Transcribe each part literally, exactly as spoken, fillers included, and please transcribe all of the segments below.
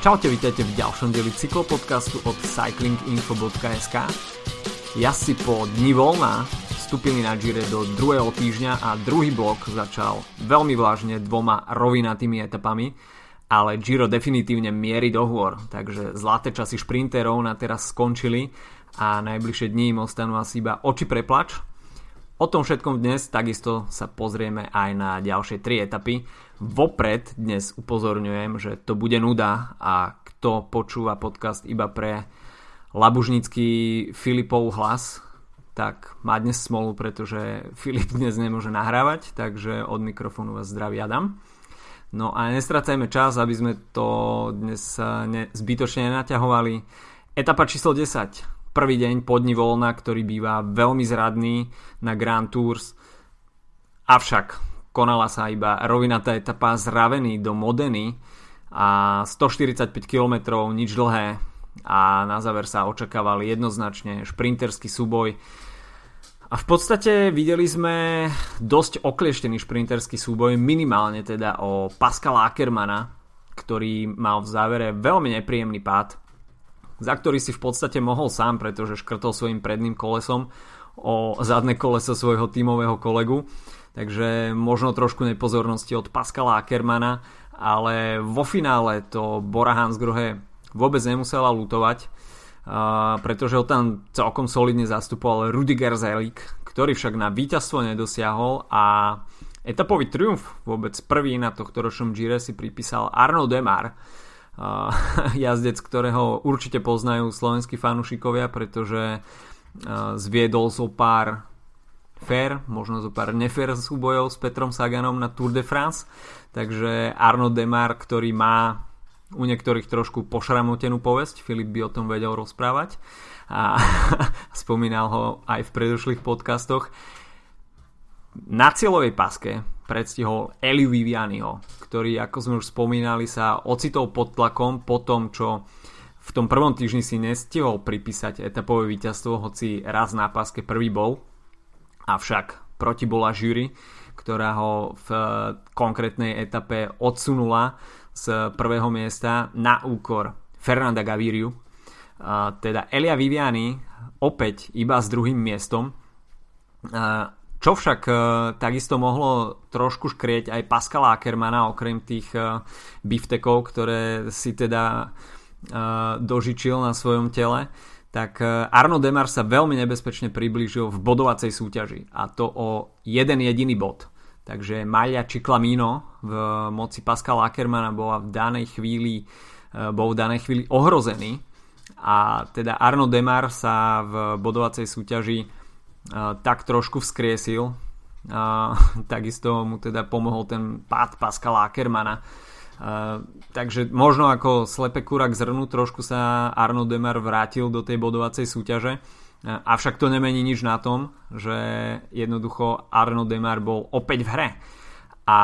Čaute, vítajte v ďalšom dieli cyklopodcastu od cyclinginfo bodka es ká. Jazdci po dni voľna vstúpili na Gire do druhého týždňa a druhý blok začal veľmi vlážne dvoma rovinatými etapami, ale Giro definitívne mierí do hôr, takže zlaté časy šprinterov na teraz skončili a najbližšie dní im ostanú asi iba oči preplač. O tom všetkom dnes takisto sa pozrieme aj na ďalšie tri etapy. Vopred dnes upozorňujem, že to bude nuda a kto počúva podcast iba pre labužnický Filipov hlas, tak má dnes smolu, pretože Filip dnes nemôže nahrávať, takže od mikrofónu vás zdraví Adam. No a nestracajme čas, aby sme to dnes ne, zbytočne nenaťahovali. Etapa číslo desať. Prvý deň po dni voľna, ktorý býva veľmi zradný na Grand Tours. Avšak konala sa iba rovinatá etapa z Raveny do Modeny a stoštyridsaťpäť kilometrov, nič dlhé, a na záver sa očakával jednoznačne šprinterský súboj. A v podstate videli sme dosť oklieštený šprinterský súboj, minimálne teda o Pascala Ackermanna, ktorý mal v závere veľmi nepríjemný pád, za ktorý si v podstate mohol sám, pretože škrtol svojim predným kolesom o zadné koleso svojho tímového kolegu. Takže možno trošku nepozornosti od Pascala Ackermanna, ale vo finále to Bora Hansgrohe vôbec nemusela lutovať, pretože ho tam celkom solidne zastupoval Rudiger Zelik, ktorý však na víťazstvo nedosiahol, a etapový triumf vôbec prvý na tohtoročnom Gire si pripísal Arnaud Démare, Uh, jazdec, ktorého určite poznajú slovenskí fanúšikovia, pretože uh, zviedol zo pár fair, možno zo pár nefair súbojov s Petrom Saganom na Tour de France. Takže Arnaud Démare, ktorý má u niektorých trošku pošramotenú povesť, Filip by o tom vedel rozprávať a spomínal ho aj v predošlých podcastoch, na cieľovej paske predstihol Eliu Vivianiho, ktorý, ako sme už spomínali, sa ocitol pod tlakom po tom, čo v tom prvom týždni si nestihol pripísať etapové víťazstvo, hoci raz na páske prvý bol. Avšak proti bola Jury, ktorá ho v konkrétnej etape odsunula z prvého miesta na úkor Fernanda Gaviriu. Teda Elia Viviani opäť iba s druhým miestom. Čo však e, takisto mohlo trošku škrieť aj Pascala Ackermanna, okrem tých e, biftekov, ktoré si teda e, dožičil na svojom tele, tak e, Arnaud Démare sa veľmi nebezpečne priblížil v bodovacej súťaži, a to o jeden jediný bod. Takže Maglia Ciclamino v moci Pascala Ackermanna bola v danej chvíli, e, bol v danej chvíli ohrozený, a teda Arnaud Démare sa v bodovacej súťaži Uh, tak trošku vzkriesil. Uh, takisto mu teda pomohol ten pád Pascala Ackermanna. Uh, takže možno ako slepé kura k zrnu trošku sa Arnaud Démare vrátil do tej bodovacej súťaže. Uh, avšak to nemení nič na tom, že jednoducho Arnaud Démare bol opäť v hre. A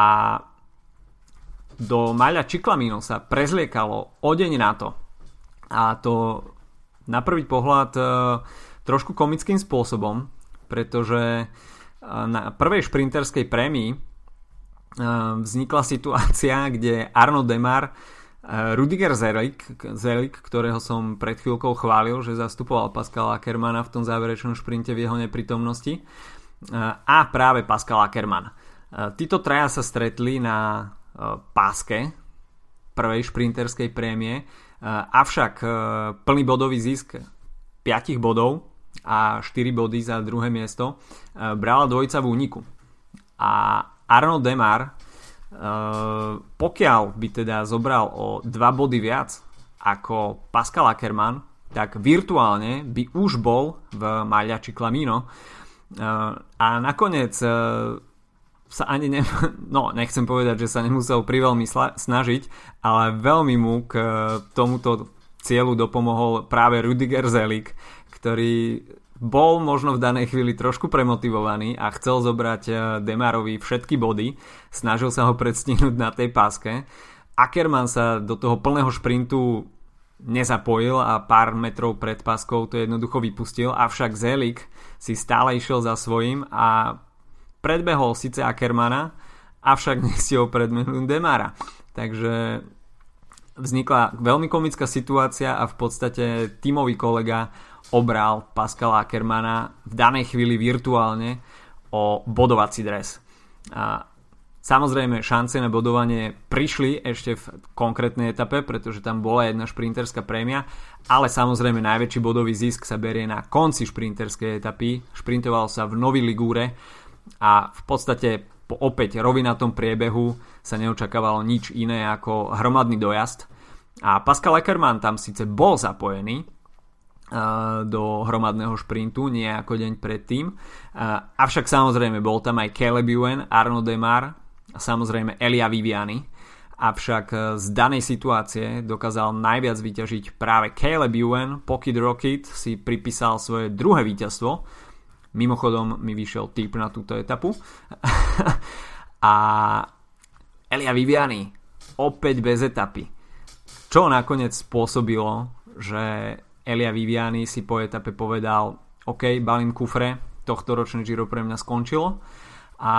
do Maglia Ciclamino sa prezliekalo o deň na to. A to na prvý pohľad uh, trošku komickým spôsobom, pretože na prvej šprinterskej prémii vznikla situácia, kde Arnaud Démare, Rudiger Zelik, Zelik, ktorého som pred chvíľkou chválil, že zastupoval Pascala Ackermanna v tom záverečnom šprinte v jeho neprítomnosti, a práve Pascal Ackermann. Títo traja sa stretli na páske prvej šprinterskej prémie, avšak plný bodový zisk päť bodov a štyri body za druhé miesto brala dvojica v úniku. A Arnaud Démare, pokiaľ by teda zobral o dva body viac ako Pascal Ackermann, tak virtuálne by už bol v Maglia Ciclamino, a nakoniec sa ani ne, no nechcem povedať, že sa nemusel priveľmi snažiť, ale veľmi mu k tomuto cieľu dopomohol práve Rudiger Zelik, ktorý bol možno v danej chvíli trošku premotivovaný a chcel zobrať Démarovi všetky body, snažil sa ho predstihnúť na tej páske. Ackermann sa do toho plného šprintu nezapojil a pár metrov pred páskou to jednoducho vypustil, avšak Zelik si stále išiel za svojím a predbehol síce Ackermanna, avšak nestihol predbehnúť Démara. Takže vznikla veľmi komická situácia a v podstate tímový kolega obral Pascala Ackermana v danej chvíli virtuálne o bodovací dres. A samozrejme šance na bodovanie prišli ešte v konkrétnej etape, pretože tam bola jedna šprinterská prémia, ale samozrejme najväčší bodový zisk sa berie na konci šprinterskej etapy. Šprintoval sa v Novi Ligure a v podstate po opäť rovinatom priebehu sa neočakávalo nič iné ako hromadný dojazd. A Pascal Ackermann tam síce bol zapojený do hromadného šprintu, nie ako deň predtým. Avšak samozrejme bol tam aj Caleb Ewan, Arnaud Démare a samozrejme Elia Viviani. Avšak z danej situácie dokázal najviac vyťažiť práve Caleb Ewan. Pocket Rocket si pripísal svoje druhé víťazstvo. Mimochodom mi vyšiel tip na túto etapu. A Elia Viviani opäť bez etapy. Čo nakoniec spôsobilo, že Elia Viviani si po etape povedal: OK, balím kufre, tohto ročné Giro pre mňa skončilo a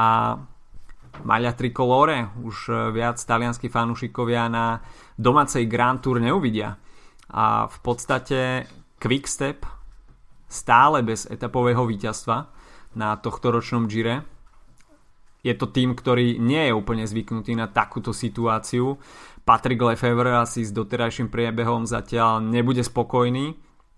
Maglia Tricolore už viac talianskí fanúšikovia na domácej Grand Tour neuvidia. A v podstate Quickstep stále bez etapového víťazstva na tohto ročnom Gire. Je to tým, ktorý nie je úplne zvyknutý na takúto situáciu. Patrick Lefevre asi s doterajším priebehom zatiaľ nebude spokojný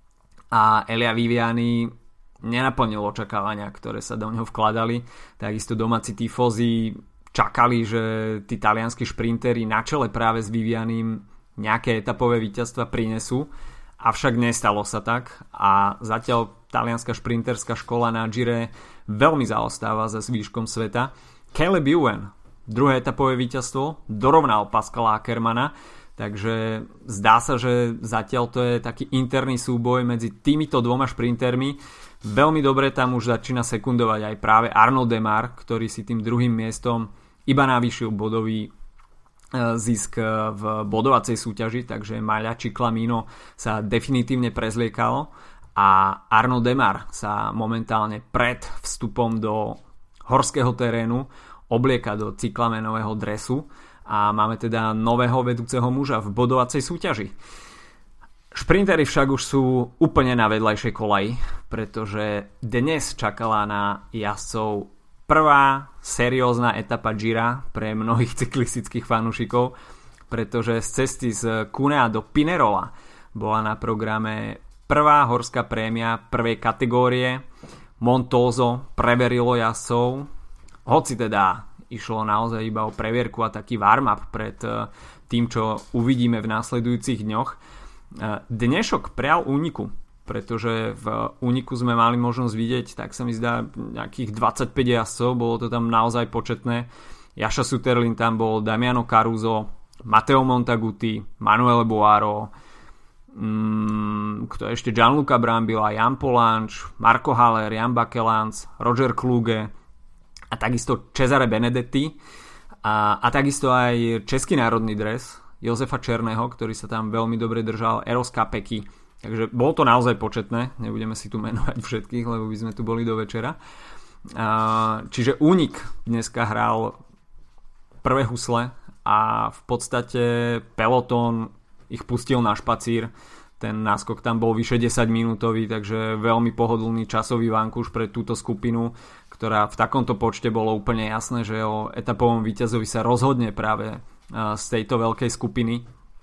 a Elia Viviani nenaplnil očakávania, ktoré sa do neho vkladali. Takisto domáci tifozi čakali, že tí talianskí šprinteri na čele práve s Vivianim nejaké etapové víťazstva prinesú, avšak nestalo sa tak a zatiaľ talianská šprinterská škola na Gire veľmi zaostáva za zvýškom sveta. Caleb Ewan, druhé etapové víťazstvo, dorovnal Pascala Ackermana, takže zdá sa, že zatiaľ to je taký interný súboj medzi týmito dvoma šprintermi. Veľmi dobre tam už začína sekundovať aj práve Arnaud Démare, ktorý si tým druhým miestom iba navýšil bodový zisk v bodovacej súťaži, takže Maglia Ciclamino sa definitívne prezliekalo a Arnaud Démare sa momentálne pred vstupom do horského terénu oblieka do cyklamenového dresu a máme teda nového vedúceho muža v bodovacej súťaži. Šprinteri však už sú úplne na vedľajšej kolaji, pretože dnes čakala na jazdcov prvá seriózna etapa Gira pre mnohých cyklistických fanúšikov, pretože z cesty z Cunea do Pinerola bola na programe prvá horská prémia prvej kategórie. Montoso preverilo jazdcov, hoci teda išlo naozaj iba o previerku a taký warm-up pred tým, čo uvidíme v následujúcich dňoch. Dnešok prial úniku, pretože v úniku sme mali možnosť vidieť, tak sa mi zdá, nejakých dvadsaťpäť jazdcov, bolo to tam naozaj početné. Jaša Sütterlin tam bol, Damiano Caruso, Matteo Montaguti, Manuel Boaro, mm, kto ešte, Gianluca Brambilla, Jan Polanč, Marco Haller, Jan Bakelans, Roger Kluge a takisto Cesare Benedetti a, a takisto aj český národný dres Jozefa Černého, ktorý sa tam veľmi dobre držal, Eros Capecchi. Takže bolo to naozaj početné, nebudeme si tu menovať všetkých, lebo by sme tu boli do večera. Čiže únik dneska hral prvé husle a v podstate pelotón ich pustil na špacír. Ten náskok tam bol vyše desať minútový, takže veľmi pohodlný časový vankúš pre túto skupinu, ktorá v takomto počte bolo úplne jasné, že o etapovom víťazovi sa rozhodne práve z tejto veľkej skupiny.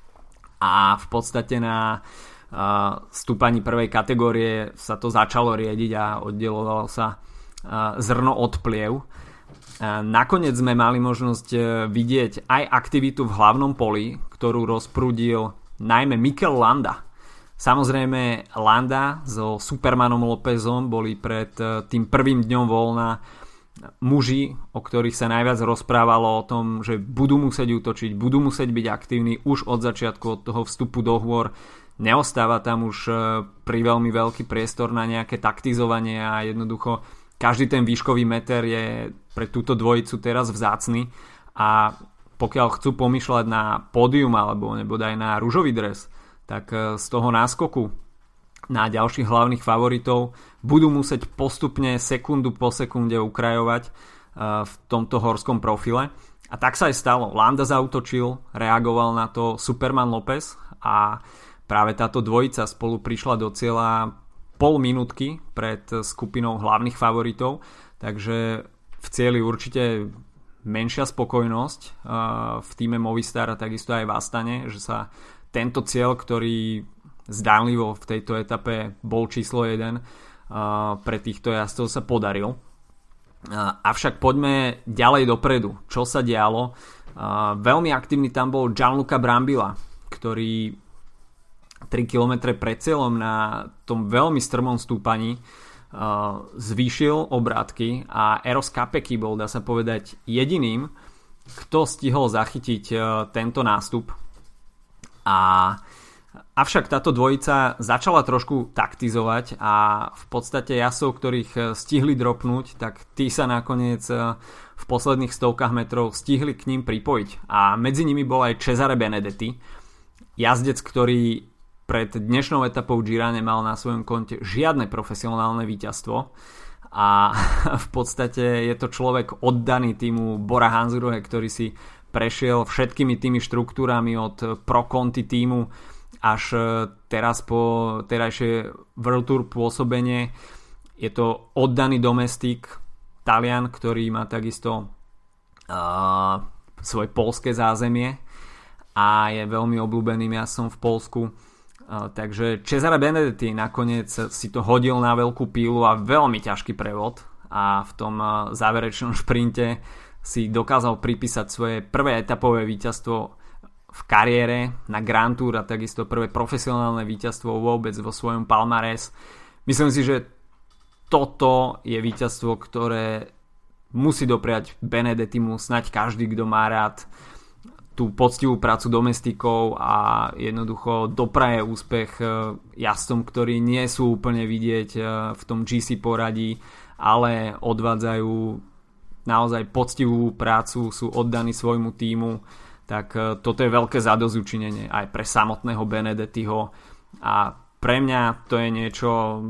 A v podstate na stúpaní prvej kategórie sa to začalo riediť a oddelovalo sa zrno od pliev. Nakoniec sme mali možnosť vidieť aj aktivitu v hlavnom poli, ktorú rozprúdil najmä Mikel Landa. Samozrejme Landa so Supermanom Lópezom boli pred tým prvým dňom voľna muži, o ktorých sa najviac rozprávalo o tom, že budú musieť útočiť, budú musieť byť aktívni už od začiatku, od toho vstupu do hôr. Neostáva tam už pri veľmi veľký priestor na nejaké taktizovanie a jednoducho každý ten výškový meter je pre túto dvojicu teraz vzácny a pokiaľ chcú pomýšľať na pódium alebo nebodaj na ružový dres, tak z toho náskoku na ďalších hlavných favoritov budú musieť postupne sekundu po sekunde ukrajovať v tomto horskom profile A tak sa aj stalo. Landa zaútočil, reagoval na to Superman Lopez a práve táto dvojica spolu prišla do cieľa pol minútky pred skupinou hlavných favoritov, takže v cieli určite menšia spokojnosť v týme Movistar a takisto aj v Astane, že sa tento cieľ, ktorý zdánlivo v tejto etape bol číslo jeden, pre týchto jazdcov sa podaril. Avšak poďme ďalej dopredu. Čo sa dialo? Veľmi aktívny tam bol Gianluca Brambilla, ktorý tri kilometre pred cieľom na tom veľmi strmom stúpaní zvýšil obrátky a Eros Capecchi bol, dá sa povedať, jediným, kto stihol zachytiť tento nástup. A avšak táto dvojica začala trošku taktizovať a v podstate jazdcov, ktorých stihli dropnúť, tak tí sa nakoniec v posledných stovkách metrov stihli k ním pripojiť. A medzi nimi bol aj Cesare Benedetti, jazdec, ktorý pred dnešnou etapou Gira nemal na svojom konte žiadne profesionálne víťazstvo a v podstate je to človek oddaný týmu Bora Hansgrohe, ktorý si prešiel všetkými tými štruktúrami od Pro Conti týmu až teraz po terajšie World Tour pôsobenie. Je to oddaný domestik, Talian, ktorý má takisto uh, svoje poľské zázemie a je veľmi obľúbeným jazdcom v Poľsku. Uh, takže Cesare Benedetti nakoniec si to hodil na veľkú pílu a veľmi ťažký prevod a v tom uh, záverečnom šprinte si dokázal pripísať svoje prvé etapové víťazstvo v kariére na Grand Tour a takisto prvé profesionálne víťazstvo vôbec vo svojom palmarès. Myslím si, že toto je víťazstvo, ktoré musí dopriať Benedettimu snáď každý, kto má rád tú poctivú prácu domestikov a jednoducho dopraje úspech jazdcom, ktorí nie sú úplne vidieť v tom gé cé poradí, ale odvádzajú naozaj poctivú prácu, sú oddaní svojmu tímu, tak toto je veľké zadozučinenie aj pre samotného Benedettiho a pre mňa to je niečo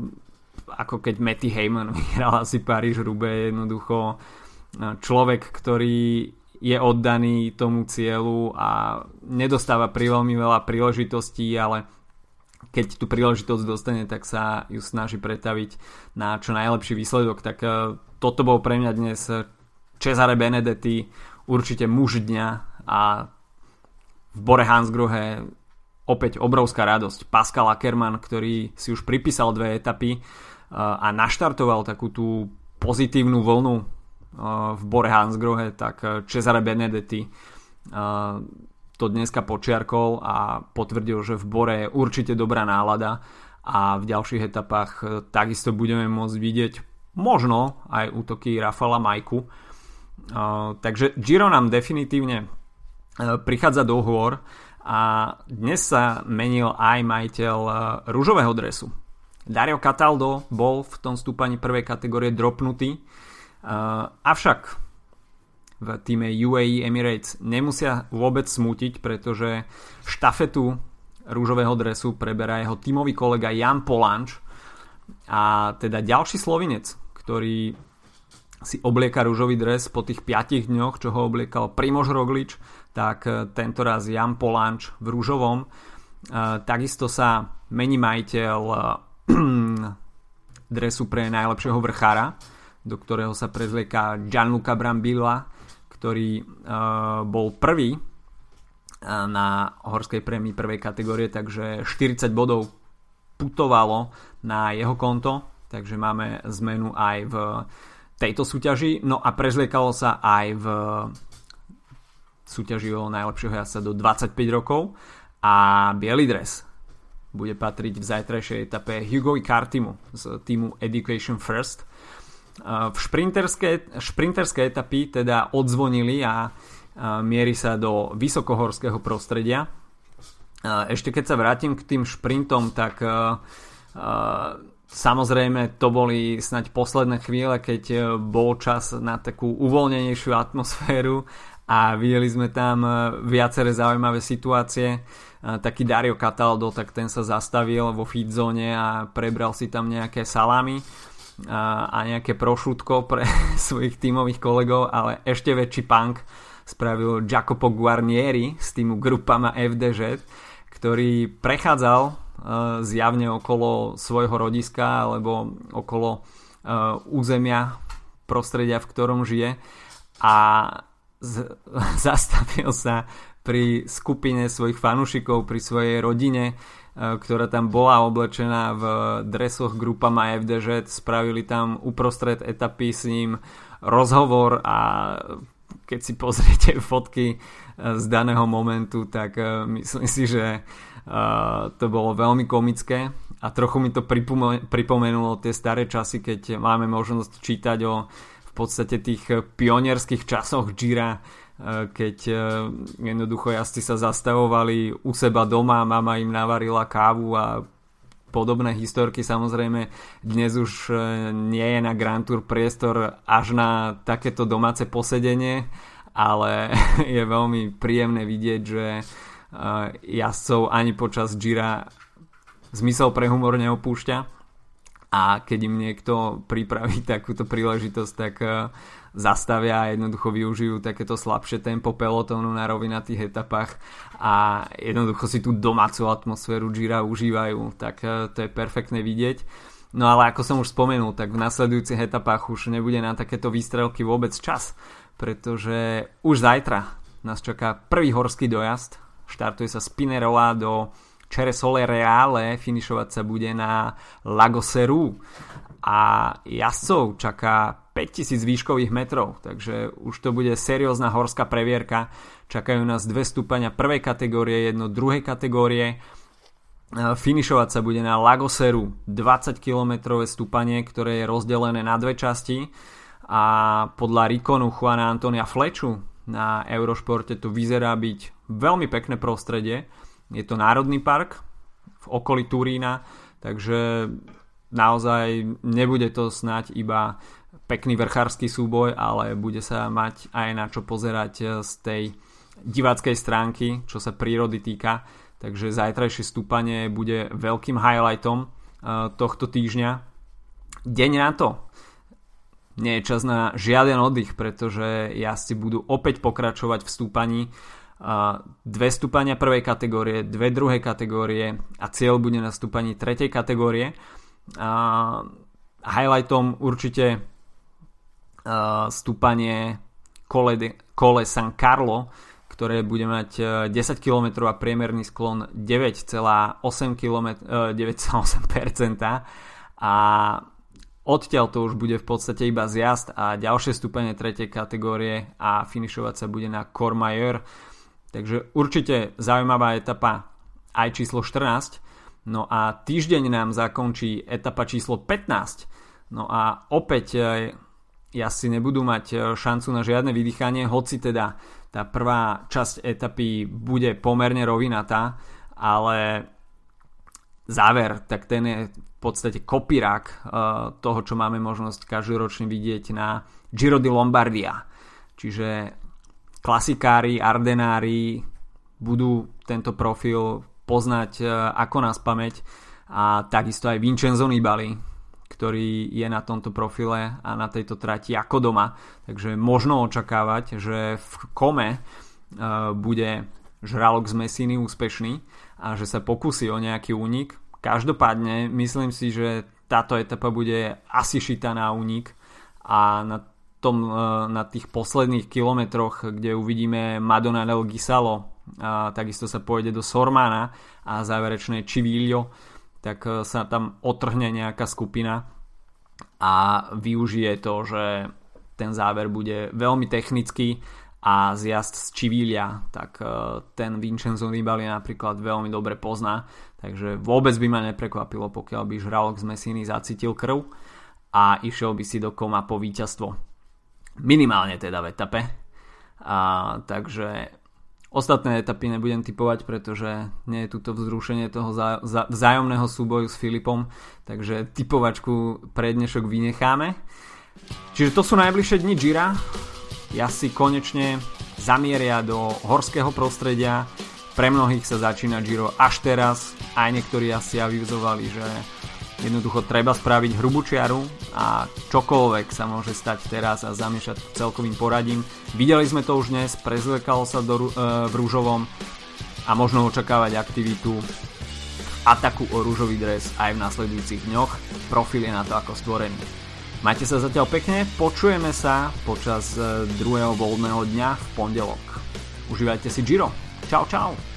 ako keď Matty Hayman vyhral asi Paríž-Roubaix, jednoducho človek, ktorý je oddaný tomu cieľu a nedostáva pri veľmi veľa príležitostí, ale keď tú príležitosť dostane, tak sa ju snaží pretaviť na čo najlepší výsledok. Tak toto bol pre mňa dnes Cesare Benedetti, určite muž dňa a v Bore Hansgrohe opäť obrovská radosť. Pascal Ackermann, ktorý si už pripísal dve etapy a naštartoval takú tú pozitívnu vlnu v Bore Hansgrohe, tak Cesare Benedetti to dneska počiarkol a potvrdil, že v Bore je určite dobrá nálada a v ďalších etapách takisto budeme môcť vidieť možno aj útoky Rafala Majku. Takže Giro nám definitívne prichádza do hôr a dnes sa menil aj majiteľ ružového dresu. Dario Cataldo bol v tom stúpaní prvej kategórie dropnutý, avšak v týme ú á é Emirates nemusia vôbec smútiť, pretože štafetu ružového dresu preberá jeho tímový kolega Jan Poláč a teda ďalší Slovinec, ktorý si oblieka ružový dres po tých piatich dňoch, čo ho obliekal Primož Roglič, tak tento raz Jan Poláč v ružovom. Takisto sa mení majiteľ dresu pre najlepšieho vrchára, do ktorého sa prezlieka Gianluca Brambilla, ktorý bol prvý na horskej prémii prvej kategórie, takže štyridsať bodov putovalo na jeho konto, takže máme zmenu aj v tejto súťaži. No a prezliekalo sa aj v súťaži o najlepšieho jazdca do dvadsaťpäť rokov a biely dres bude patriť v zajtrajšej etape Hugovi Cartimu z týmu Education First. V šprinterskej, šprinterskej etapy teda odzvonili a mierí sa do vysokohorského prostredia. Ešte keď sa vrátim k tým šprintom, tak samozrejme to boli snáď posledné chvíle, keď bol čas na takú uvoľnenejšiu atmosféru a videli sme tam viaceré zaujímavé situácie. Taký Dario Cataldo, tak ten sa zastavil vo feed zóne a prebral si tam nejaké salámy a nejaké prošutko pre svojich tímových kolegov, ale ešte väčší punk spravil Jacopo Guarnieri z týmu Groupama ef dé zet, ktorý prechádzal uh, zjavne okolo svojho rodiska alebo okolo uh, územia, prostredia, v ktorom žije, a z- zastavil sa pri skupine svojich fanúšikov, pri svojej rodine, uh, ktorá tam bola oblečená v dresoch Groupama ef dé zet. Spravili tam uprostred etapy s ním rozhovor a keď si pozriete fotky z daného momentu, tak myslím si, že to bolo veľmi komické a trochu mi to pripomenulo tie staré časy, keď máme možnosť čítať o v podstate tých pionierských časoch Gira, keď jednoducho jazdci sa zastavovali u seba doma, mama im navarila kávu a podobné historky. Samozrejme dnes už nie je na Grand Tour priestor až na takéto domáce posedenie, ale je veľmi príjemné vidieť, že jazdcov ani počas Gira zmysel pre humor neopúšťa a keď im niekto pripraví takúto príležitosť, tak zastavia a jednoducho využijú takéto slabšie tempo pelotónu na rovinatých etapách a jednoducho si tú domácu atmosféru Gira užívajú, tak to je perfektné vidieť. No ale ako som už spomenul, tak v nasledujúcich etapách už nebude na takéto výstrelky vôbec čas, pretože už zajtra nás čaká prvý horský dojazd. Štartuje sa z Pinerola do Ceresole Reale, finišovať sa bude na Lago Seru a jazdcov čaká päťtisíc výškových metrov, takže už to bude seriózna horská previerka. Čakajú nás dve stúpania prvej kategórie, jedno druhej kategórie. Finišovať sa bude na Lago Seru, dvadsať kilometrové stúpanie, ktoré je rozdelené na dve časti a podľa Rikonu Juana Antonia Fleču na Eurošporte to vyzerá byť veľmi pekné prostredie. Je to národný park v okolí Turína, takže naozaj nebude to snáď iba pekný vrchársky súboj, ale bude sa mať aj na čo pozerať z tej diváckej stránky, čo sa prírody týka. Takže zajtrajšie stúpanie bude veľkým highlightom tohto týždňa. Deň na to nie je čas na žiaden oddych, pretože jazdci budú opäť pokračovať v stúpaní. Dve stúpania prvej kategórie, dve druhej kategórie a cieľ bude na stúpaní tretej kategórie. Highlightom určite stúpanie Cole, de, Cole San Carlo, ktoré bude mať desať kilometrov a priemerný sklon deväť celá osem percent a odtiaľ to už bude v podstate iba zjazd a ďalšie stúpanie tretej kategórie a finišovať sa bude na Courmayeur. Takže určite zaujímavá etapa aj číslo štrnásť. No a týždeň nám zakončí etapa číslo pätnásť. No a opäť jazdci nebudú mať šancu na žiadne vydýchanie, hoci teda tá prvá časť etapy bude pomerne rovinatá, ale záver, tak ten je v podstate kopírák toho, čo máme možnosť každoročne vidieť na Giro di Lombardia. Čiže klasikári, ardenári budú tento profil poznať ako nás pamäť a takisto aj Vincenzo Nibali, ktorý je na tomto profile a na tejto trati ako doma. Takže možno očakávať, že v Kome bude žralok z Messiny úspešný a že sa pokusí o nejaký únik. Každopádne myslím si, že táto etapa bude asi šitá na únik a na, tom, na tých posledných kilometroch, kde uvidíme Madonna del Ghisalo, a takisto sa pôjde do Sormana a záverečné Civiglio, tak sa tam otrhne nejaká skupina a využije to, že ten záver bude veľmi technický a zjazd z Civiglia, tak ten Vincenzo Nibali napríklad veľmi dobre pozná, takže vôbec by ma neprekvapilo, pokiaľ by žralok z Messiny zacítil krv a išiel by si do Koma po víťazstvo. Minimálne teda v etape. A, takže ostatné etapy nebudem tipovať, pretože nie je tuto vzrušenie toho zá, zá, vzájomného súboju s Filipom, takže tipovačku pre dnešok vynecháme. Čiže to sú najbližšie dni Gira. Ja si konečne zamieria do horského prostredia. Pre mnohých sa začína Giro až teraz. Aj niektorí asi avizovali, že Jednoducho treba spraviť hrubú čiaru a čokoľvek sa môže stať teraz a zamiešať celkovým poradím. Videli sme to už dnes, prezliekalo sa do, e, v rúžovom a možno očakávať aktivitu v ataku o rúžový dres aj v nasledujúcich dňoch. Profil je na to ako stvorený. Majte sa zatiaľ pekne, počujeme sa počas druhého voľného dňa v pondelok. Užívajte si Giro. Čau, čau.